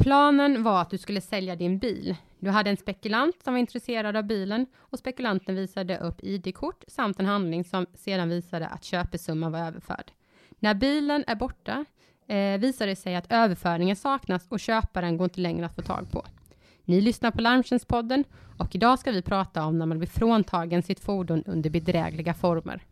Planen var att du skulle sälja din bil. Du hade en spekulant som var intresserad av bilen och spekulanten visade upp ID-kort samt en handling som sedan visade att köpesumman var överförd. När bilen är borta visar det sig att överföringen saknas och köparen går inte längre att få tag på. Ni lyssnar på Larmtjänstpodden och idag ska vi prata om när man blir fråntagen sitt fordon under bedrägliga former.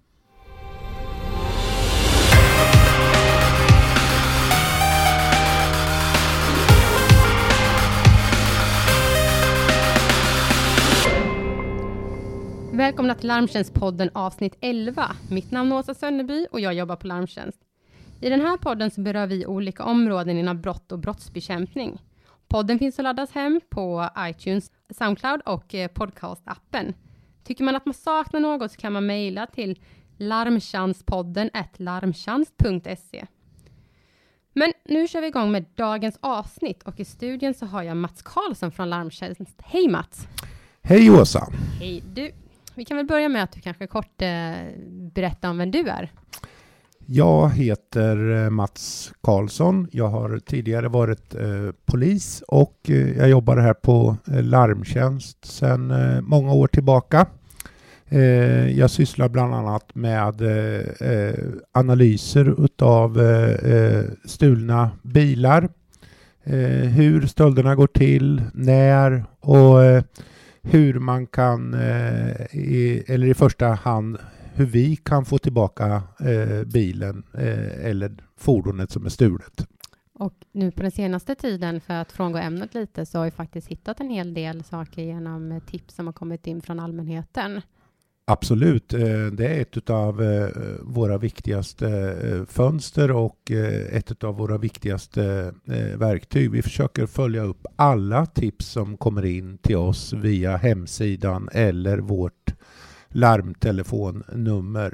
Välkomna till Larmtjänstpodden avsnitt 11. Mitt namn är Åsa Sönneby och jag jobbar på Larmtjänst. I den här podden så berör vi olika områden inom brott och brottsbekämpning. Podden finns att laddas hem på iTunes, Soundcloud och podcastappen. Tycker man att man saknar något så kan man mejla till larmtjänstpodden@larmtjänst.se. Men nu kör vi igång med dagens avsnitt och i studion så har jag Mats Karlsson från Larmtjänst. Hej Mats! Hej Åsa! Hej du! Vi kan väl börja med att du kanske kort berättar om vem du är. Jag heter Mats Karlsson. Jag har tidigare varit polis och jag jobbar här på Larmtjänst sedan många år tillbaka. Jag sysslar bland annat med analyser utav stulna bilar. Hur stölderna går till, när och hur man kan, eller i första hand hur vi kan få tillbaka bilen eller fordonet som är stulet. Och nu på den senaste tiden, för att frångå ämnet lite, så har vi faktiskt hittat en hel del saker genom tips som har kommit in från allmänheten. Absolut, det är ett av våra viktigaste fönster och ett av våra viktigaste verktyg. Vi försöker följa upp alla tips som kommer in till oss via hemsidan eller vårt larmtelefonnummer.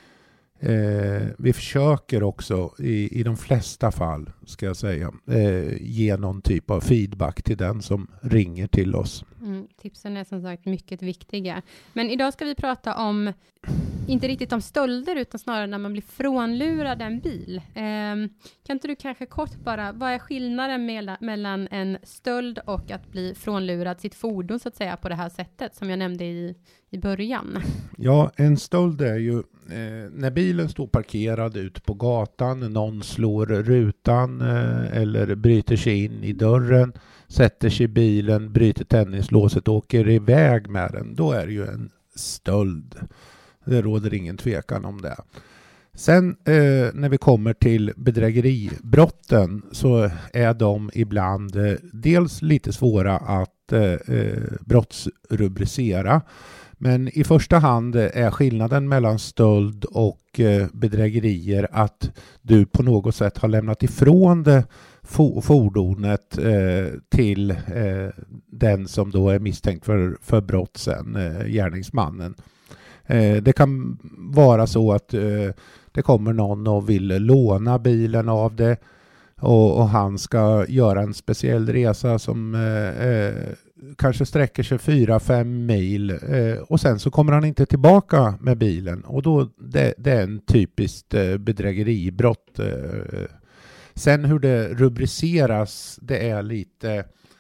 Vi försöker också i de flesta fall, ska jag säga, ge någon typ av feedback till den som ringer till oss. Tipsen är som sagt mycket viktiga. Men idag ska vi prata om, inte riktigt om stölder utan snarare när man blir frånlurad en bil. Kan inte du kanske kort bara, vad är skillnaden mellan en stöld och att bli frånlurad sitt fordon så att säga på det här sättet som jag nämnde i början? Ja, en stöld är ju när bilen står parkerad ute på gatan, någon slår rutan eller bryter sig in i dörren, sätter sig i bilen, bryter tändningslåset och åker iväg med den. Då är det ju en stöld. Det råder ingen tvekan om det. Sen när vi kommer till bedrägeribrotten så är de ibland dels lite svåra att brottsrubricera. Men i första hand är skillnaden mellan stöld och bedrägerier att du på något sätt har lämnat ifrån det fordonet till den som då är misstänkt för brott sen, gärningsmannen. Det kan vara så att det kommer någon och vill låna bilen av det och han ska göra en speciell resa som kanske sträcker sig 4-5 mil och sen så kommer han inte tillbaka med bilen och då det är en typiskt bedrägeribrott. Sen hur det rubriceras, det är lite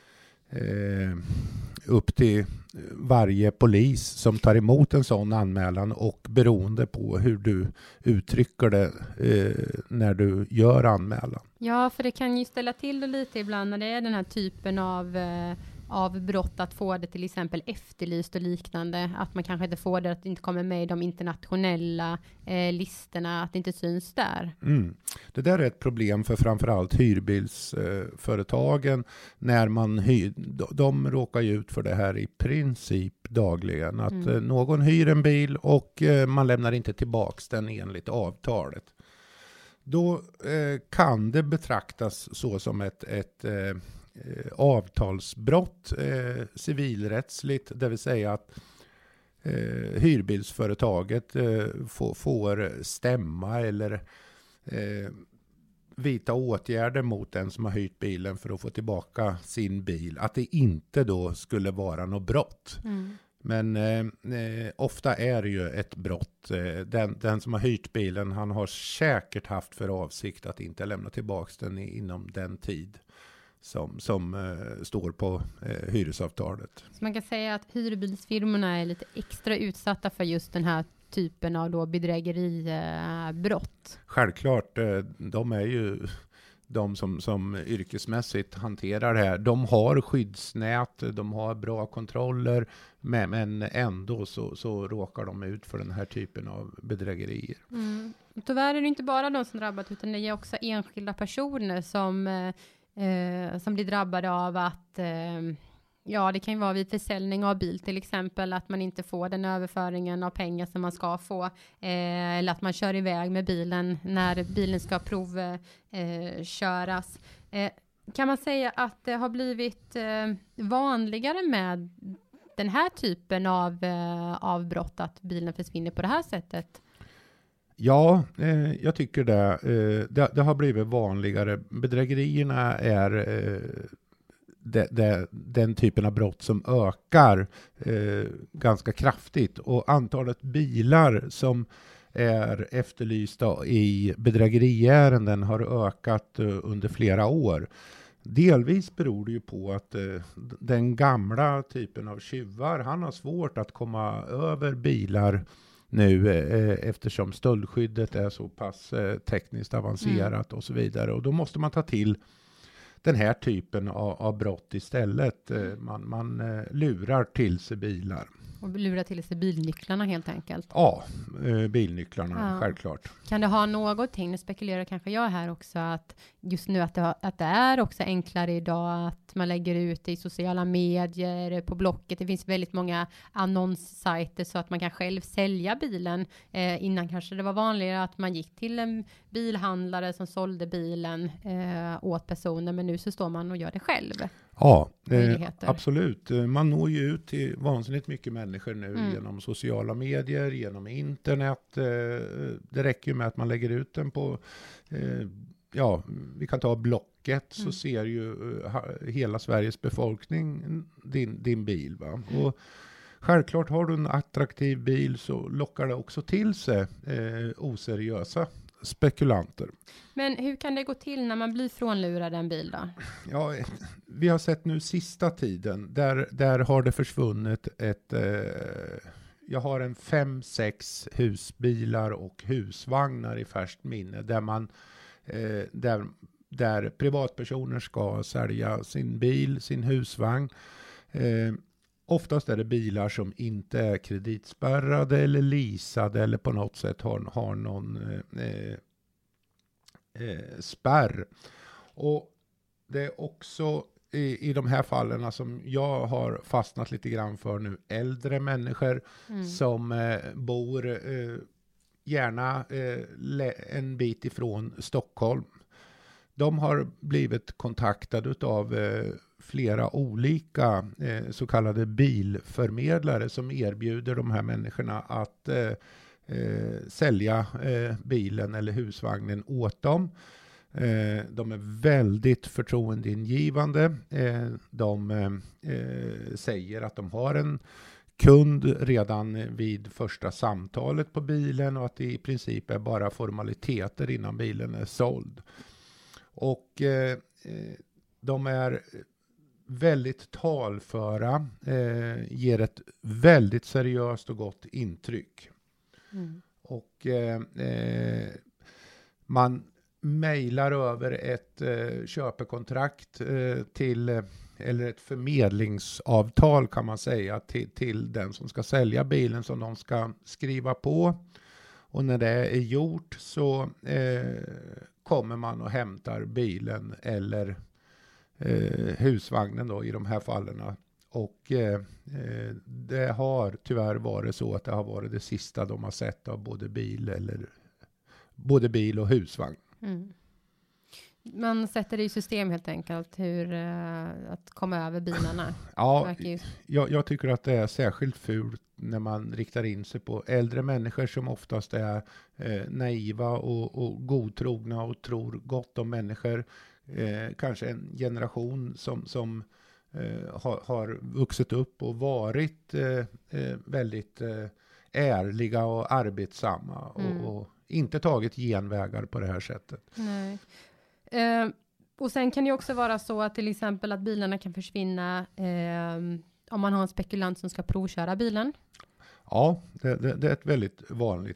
upp till varje polis som tar emot en sån anmälan och beroende på hur du uttrycker det när du gör anmälan. Ja, för det kan ju ställa till det lite ibland när det är den här typen av brott att få det till exempel efterlyst och liknande. Att man kanske inte får det, att det inte kommer med i de internationella listorna, att det inte syns där. Det där är ett problem för framförallt hyrbilsföretagen när man de råkar ut för det här i princip dagligen. Att någon hyr en bil och man lämnar inte tillbaks den enligt avtalet. Då kan det betraktas så som ett avtalsbrott civilrättsligt, det vill säga att hyrbilsföretaget får stämma eller vidta åtgärder mot den som har hyrt bilen för att få tillbaka sin bil. Att det inte då skulle vara något brott. Men ofta är det ju ett brott. Den som har hyrt bilen, han har säkert haft för avsikt att inte lämna tillbaka den inom den tid som står på hyresavtalet. Så man kan säga att hyrbilsfirmorna är lite extra utsatta för just den här typen av då bedrägeribrott? Självklart, de är ju de som yrkesmässigt hanterar det här. De har skyddsnät, de har bra kontroller, men ändå så råkar de ut för den här typen av bedrägerier. Mm. Tyvärr är det inte bara de som drabbas, utan det är också enskilda personer som blir drabbade av att det kan ju vara vid försäljning av bil till exempel, att man inte får den överföringen av pengar som man ska få, eller att man kör iväg med bilen när bilen ska provköras. Kan man säga att det har blivit vanligare med den här typen av brott, att bilen försvinner på det här sättet? Ja, jag tycker det. Det har blivit vanligare. Bedrägerierna är den typen av brott som ökar ganska kraftigt. Och antalet bilar som är efterlysta i bedrägeriärenden har ökat under flera år. Delvis beror det ju på att den gamla typen av tjuvar, han har svårt att komma över bilar nu eftersom stöldskyddet är så pass tekniskt avancerat och så vidare. Och då måste man ta till den här typen av brott istället. Man lurar till sig bilar. Och lurar till sig bilnycklarna helt enkelt. Ja, bilnycklarna, självklart. Kan det ha någonting, nu spekulerar kanske jag här också, att just nu att det är också enklare idag att man lägger ut det i sociala medier, på Blocket. Det finns väldigt många annonssajter så att man kan själv sälja bilen. Innan kanske det var vanligare att man gick till en bilhandlare som sålde bilen åt personer, men nu så står man och gör det själv. Ja, absolut. Man når ju ut till vansinnigt mycket människor nu genom sociala medier, genom internet. Det räcker ju med att man lägger ut den på, vi kan ta Blocket, så ser ju hela Sveriges befolkning din bil. Va? Och självklart har du en attraktiv bil så lockar det också till sig oseriösa spekulanter. Men hur kan det gå till när man blir frånlurad en bil då? Ja, vi har sett nu sista tiden, där har det försvunnit jag har 5-6 husbilar och husvagnar i färskt minne där privatpersoner ska sälja sin bil, sin husvagn. Oftast är det bilar som inte är kreditspärrade eller leasade eller på något sätt har någon spärr. Och det är också i de här fallen som jag har fastnat lite grann för nu, äldre människor som bor gärna en bit ifrån Stockholm. De har blivit kontaktade av flera olika så kallade bilförmedlare som erbjuder de här människorna att sälja bilen eller husvagnen åt dem. De är väldigt förtroendeingivande. De säger att de har en kund redan vid första samtalet på bilen och att det i princip är bara formaliteter innan bilen är såld. Och de är väldigt talföra, ger ett väldigt seriöst och gott intryck. Och man mejlar över ett köpekontrakt eller ett förmedlingsavtal kan man säga till den som ska sälja bilen som de ska skriva på. Och när det är gjort så kommer man och hämtar bilen eller husvagnen då i de här fallen. Och det har tyvärr varit så att det har varit det sista de har sett av både bil och husvagn. Man sätter det i system helt enkelt att komma över bilarna. Ja, jag tycker att det är särskilt fult när man riktar in sig på äldre människor som oftast är naiva och godtrogna och tror gott om människor. Kanske en generation som har vuxit upp och varit väldigt ärliga och arbetsamma och inte tagit genvägar på det här sättet. Nej. Och sen kan det också vara så att till exempel att bilarna kan försvinna om man har en spekulant som ska provköra bilen. Ja, det är ett väldigt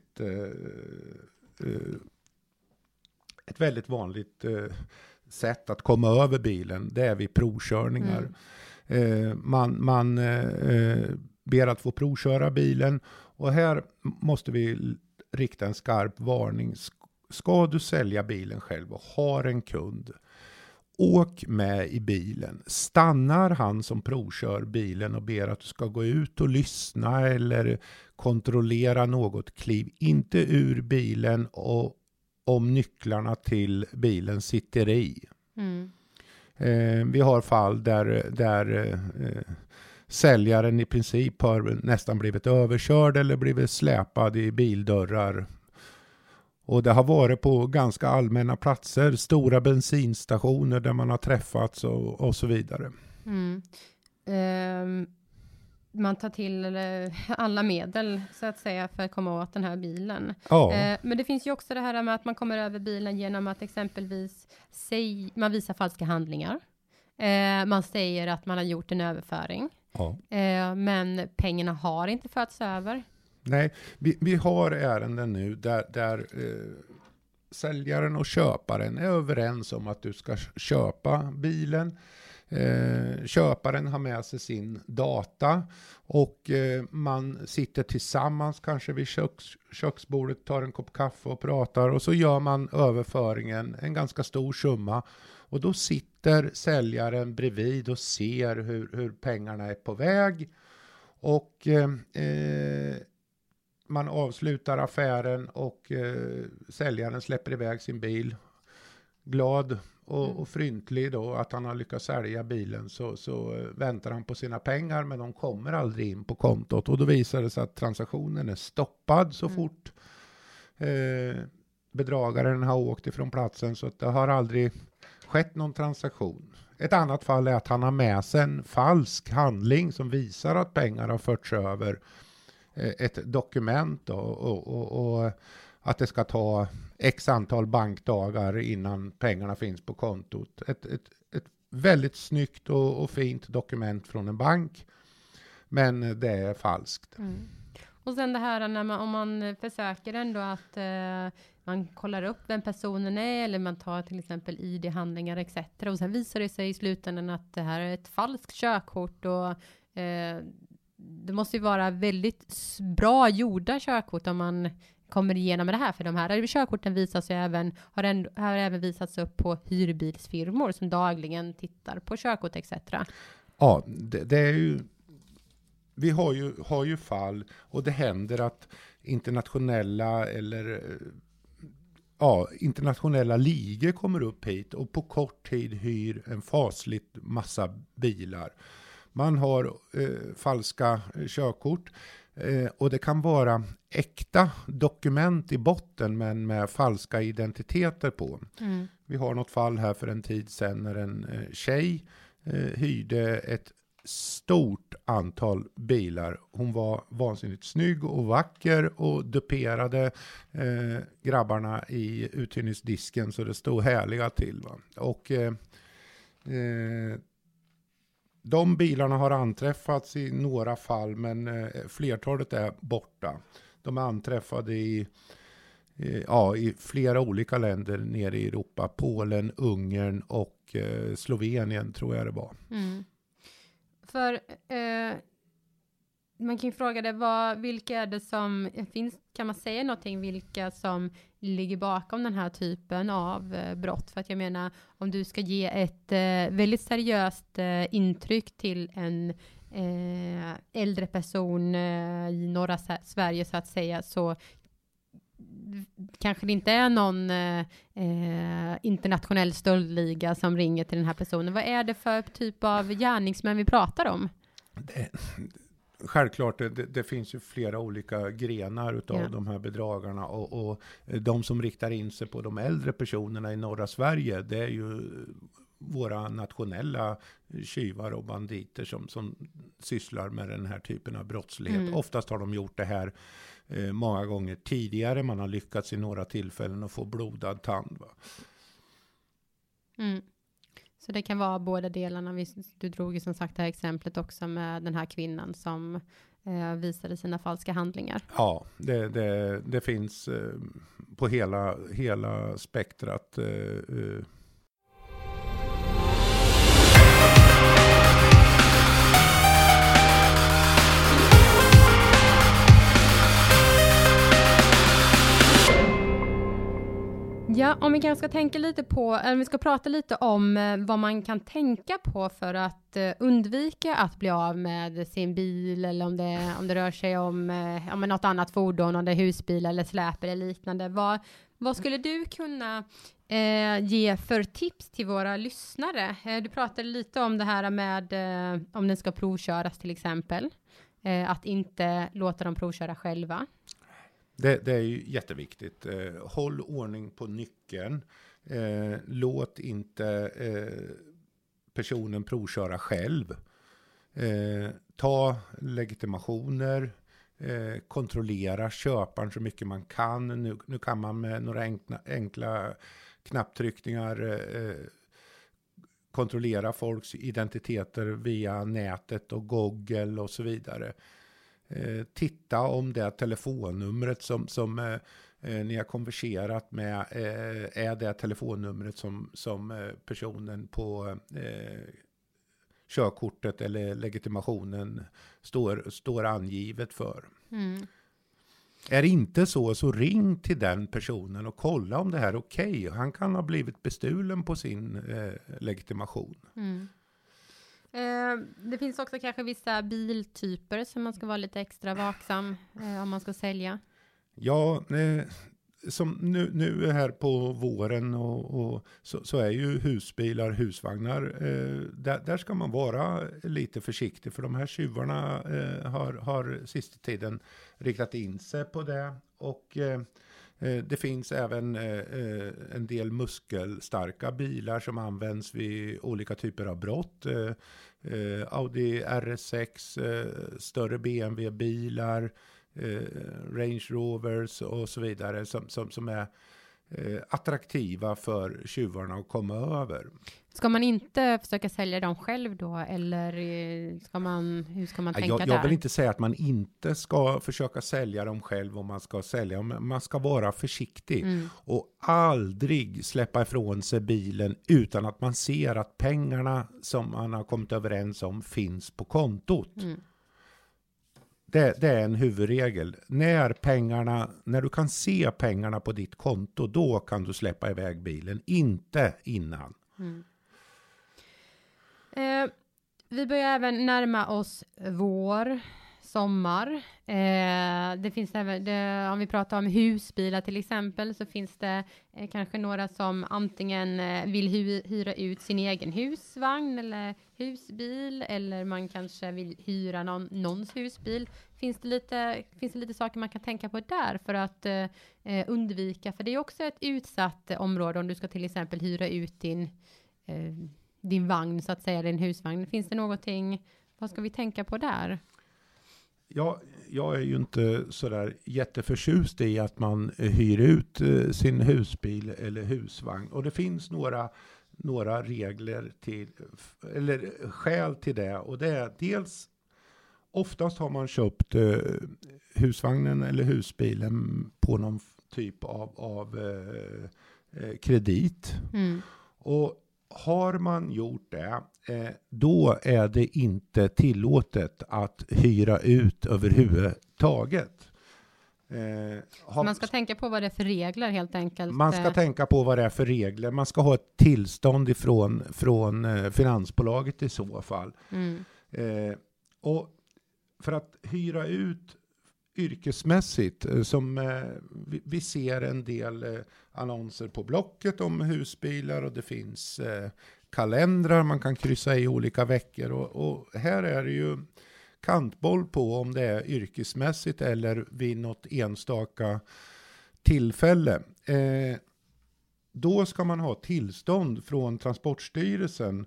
vanligt sätt att komma över bilen. Det är vid provkörningar. Man ber att få provköra bilen, och här måste vi rikta en skarp varning. Ska du sälja bilen själv och har en kund, åk med i bilen. Stannar han som provkör bilen och ber att du ska gå ut och lyssna eller kontrollera något, kliv inte ur bilen och om nycklarna till bilen sitter i. Vi har fall där säljaren i princip har nästan blivit överkörd eller blivit släpad i bildörrar. Och det har varit på ganska allmänna platser, stora bensinstationer där man har träffats och så vidare. Man tar till alla medel så att säga för att komma åt den här bilen. Ja. Men det finns ju också det här med att man kommer över bilen genom att exempelvis man visar falska handlingar. Man säger att man har gjort en överföring. Ja. Men pengarna har inte förts över. Nej, vi har ärenden nu där säljaren och köparen är överens om att du ska köpa bilen. Köparen har med sig sin data och man sitter tillsammans kanske vid köksbordet, tar en kopp kaffe och pratar, och så gör man överföringen, en ganska stor summa, och då sitter säljaren bredvid och ser hur pengarna är på väg, och man avslutar affären och säljaren släpper iväg sin bil glad och fryntlig då att han har lyckats sälja bilen, så väntar han på sina pengar, men de kommer aldrig in på kontot, och då visar det sig att transaktionen är stoppad så fort bedragaren har åkt ifrån platsen, så att det har aldrig skett någon transaktion. Ett annat fall är att han har med sig en falsk handling som visar att pengar har förts över, ett dokument då, och att det ska ta x antal bankdagar innan pengarna finns på kontot. Ett väldigt snyggt och fint dokument från en bank, men det är falskt. Och sen det här om man försöker ändå att man kollar upp vem personen är, eller man tar till exempel ID-handlingar etc. Och sen visar det sig i slutändan att det här är ett falskt körkort, och det måste ju vara väldigt bra gjorda körkort om man kommer igenom med det här, för de här körkorten visas ju har även visats upp på hyrbilsfirmor som dagligen tittar på körkort etc. Ja, det är ju, vi har ju fall, och det händer att internationella ligor kommer upp hit och på kort tid hyr en fasligt massa bilar. Man har falska körkort, och det kan vara äkta dokument i botten men med falska identiteter på. Vi har något fall här för en tid sedan när en tjej hyrde ett stort antal bilar. Hon var vansinnigt snygg och vacker och duperade grabbarna i uthyrningsdisken så det stod härliga till. Va? Och de bilarna har anträffats i några fall, men flertalet är borta. De är anträffade i flera olika länder nere i Europa. Polen, Ungern och Slovenien tror jag det var. För man kan ju fråga dig, vilka är det som finns, kan man säga någonting, vilka som ligger bakom den här typen av brott? För att jag menar, om du ska ge ett väldigt seriöst intryck till en äldre person i norra Sverige så att säga, så kanske det inte är någon internationell stöldliga som ringer till den här personen. Vad är det för typ av gärningsmän vi pratar om? Självklart, det finns ju flera olika grenar utav de här bedragarna, och de som riktar in sig på de äldre personerna i norra Sverige, det är ju våra nationella tjuvar och banditer som sysslar med den här typen av brottslighet. Oftast har de gjort det här många gånger tidigare. Man har lyckats i några tillfällen att få blodad tand. Va? Så det kan vara båda delarna. Du drog ju som sagt det här exemplet också med den här kvinnan som visade sina falska handlingar. Ja, det finns på hela spektrat. Ja, om vi kanske ska tänka lite på, eller vi ska prata lite om vad man kan tänka på för att undvika att bli av med sin bil, eller om det rör sig om något annat fordon, om det är husbil eller släp eller liknande. Vad skulle du kunna ge för tips till våra lyssnare? Du pratade lite om det här med om den ska provköras till exempel. Att inte låta dem provköra själva. Det är ju jätteviktigt. Håll ordning på nyckeln. Låt inte personen provköra själv. Ta legitimationer. Kontrollera köparen så mycket man kan. Nu kan man med några enkla knapptryckningar kontrollera folks identiteter via nätet och Google och så vidare. Titta om det telefonnumret som ni har konverserat med är det telefonnumret som personen på körkortet eller legitimationen står angivet för. Mm. Är det inte så ring till den personen och kolla om det här är okej. Han kan ha blivit bestulen på sin legitimation. Mm. Det finns också kanske vissa biltyper som man ska vara lite extra vaksam om man ska sälja. Ja, som nu här på våren och så är ju husbilar, husvagnar, där ska man vara lite försiktig, för de här tjuvarna har sista tiden riktat in sig på det, och det finns även en del muskelstarka bilar som används vid olika typer av brott. Audi RS6, större BMW-bilar, Range Rovers och så vidare som är attraktiva för tjuvarna att komma över. Ska man inte försöka sälja dem själv då, eller hur ska man tänka där? Jag vill inte säga att man inte ska försöka sälja dem själv om man ska sälja. Man ska vara försiktig och aldrig släppa ifrån sig bilen utan att man ser att pengarna som man har kommit överens om finns på kontot. Mm. Det är en huvudregel. När du kan se pengarna på ditt konto, då kan du släppa iväg bilen, inte innan. Mm. Vi börjar även närma oss vår, sommar. Det finns även, om vi pratar om husbilar till exempel, så finns det kanske några som antingen vill hyra ut sin egen husvagn eller husbil, eller man kanske vill hyra någons husbil. Finns det lite saker man kan tänka på där för att undvika, för det är också ett utsatt område om du ska till exempel hyra ut din vagn, så att säga, din husvagn. Finns det någonting, vad ska vi tänka på där? Ja, jag är ju inte sådär jätteförtjust i att man hyr ut sin husbil eller husvagn. Och det finns några regler eller skäl till det. Och det är dels, oftast har man köpt husvagnen eller husbilen på någon typ av kredit. Mm. Och har man gjort det, då är det inte tillåtet att hyra ut överhuvudtaget. Man ska tänka på vad det är för regler helt enkelt. Man ska tänka på vad det är för regler. Man ska ha ett tillstånd ifrån finansbolaget i så fall. Mm. Och för att hyra ut yrkesmässigt, som vi ser en del annonser på Blocket om husbilar, och det finns kalendrar man kan kryssa i olika veckor, och här är det ju kantboll på om det är yrkesmässigt eller vid något enstaka tillfälle. Då ska man ha tillstånd från Transportstyrelsen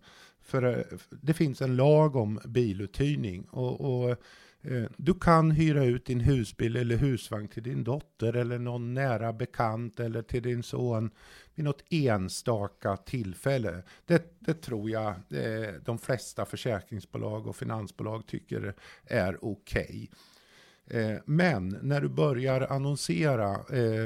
För det finns en lag om biluthyrning och du kan hyra ut din husbil eller husvagn till din dotter eller någon nära bekant eller till din son vid något enstaka tillfälle. Det tror jag de flesta försäkringsbolag och finansbolag tycker är okej. Men när du börjar annonsera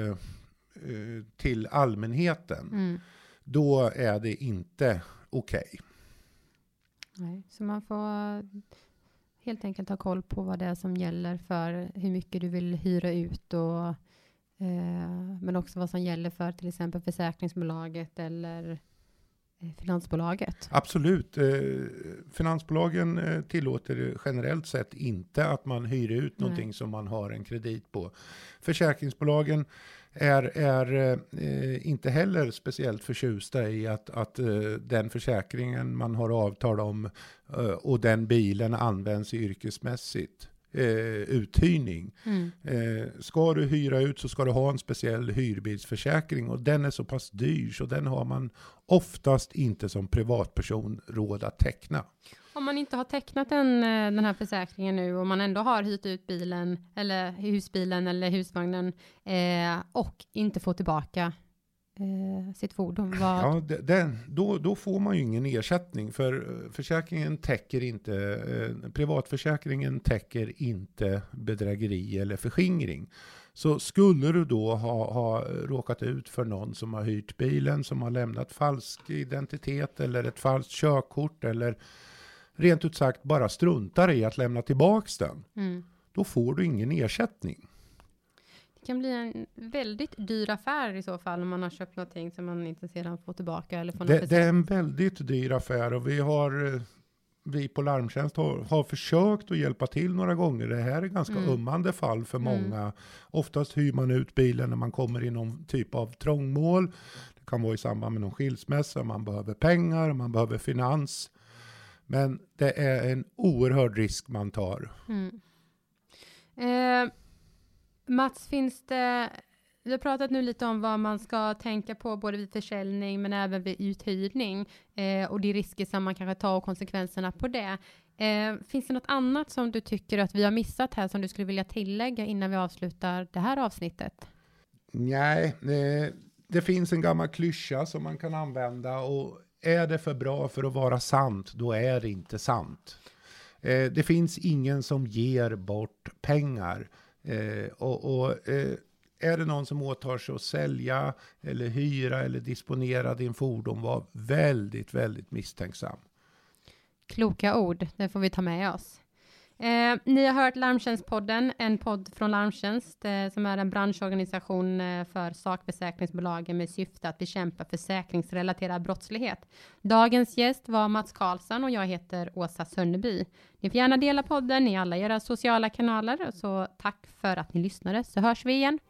till allmänheten, då är det inte okej. Nej, så man får helt enkelt ha koll på vad det är som gäller för hur mycket du vill hyra ut och men också vad som gäller för till exempel försäkringsbolaget eller finansbolaget. Absolut. Finansbolagen tillåter generellt sett inte att man hyr ut någonting som man har en kredit på. Försäkringsbolagen är inte heller speciellt förtjusta i att den försäkringen man har avtal om och den bilen används yrkesmässigt. Uthyrning. Ska du hyra ut så ska du ha en speciell hyrbilsförsäkring och den är så pass dyr så den har man oftast inte som privatperson råd att teckna. Om man inte har tecknat den här försäkringen nu och man ändå har hyrt ut bilen eller husbilen eller husvagnen och inte får tillbaka sitt fordon. Ja, då får man ju ingen ersättning för försäkringen täcker inte, privatförsäkringen täcker inte bedrägeri eller förskingring. Så skulle du då ha råkat ut för någon som har hyrt bilen, som har lämnat falsk identitet eller ett falskt körkort eller rent ut sagt bara struntar i att lämna tillbaks den, då får du ingen ersättning. Det kan bli en väldigt dyr affär i så fall om man har köpt någonting som man inte sedan får tillbaka. Eller får det är en väldigt dyr affär och vi på Larmtjänst har försökt att hjälpa till några gånger. Det här är ganska ömmande fall för många. Oftast hyr man ut bilen när man kommer i någon typ av trångmål. Det kan vara i samband med någon skilsmässa. Man behöver pengar, man behöver finans. Men det är en oerhörd risk man tar. Mats, vi har pratat nu lite om vad man ska tänka på både vid försäljning men även vid uthyrning och de risker som man kanske tar och konsekvenserna på det. Finns det något annat som du tycker att vi har missat här som du skulle vilja tillägga innan vi avslutar det här avsnittet? Nej, det finns en gammal klyscha som man kan använda och är det för bra för att vara sant, då är det inte sant. Det finns ingen som ger bort pengar. Är det någon som åtar sig att sälja eller hyra eller disponera din fordon, var väldigt, väldigt misstänksam. Kloka ord, det får vi ta med oss. Ni har hört Larmtjänstpodden, en podd från Larmtjänst som är en branschorganisation för sakförsäkringsbolagen med syfte att bekämpa försäkringsrelaterad brottslighet. Dagens gäst var Mats Karlsson och jag heter Åsa Sönneby. Ni får gärna dela podden i alla era sociala kanaler, så tack för att ni lyssnade, så hörs vi igen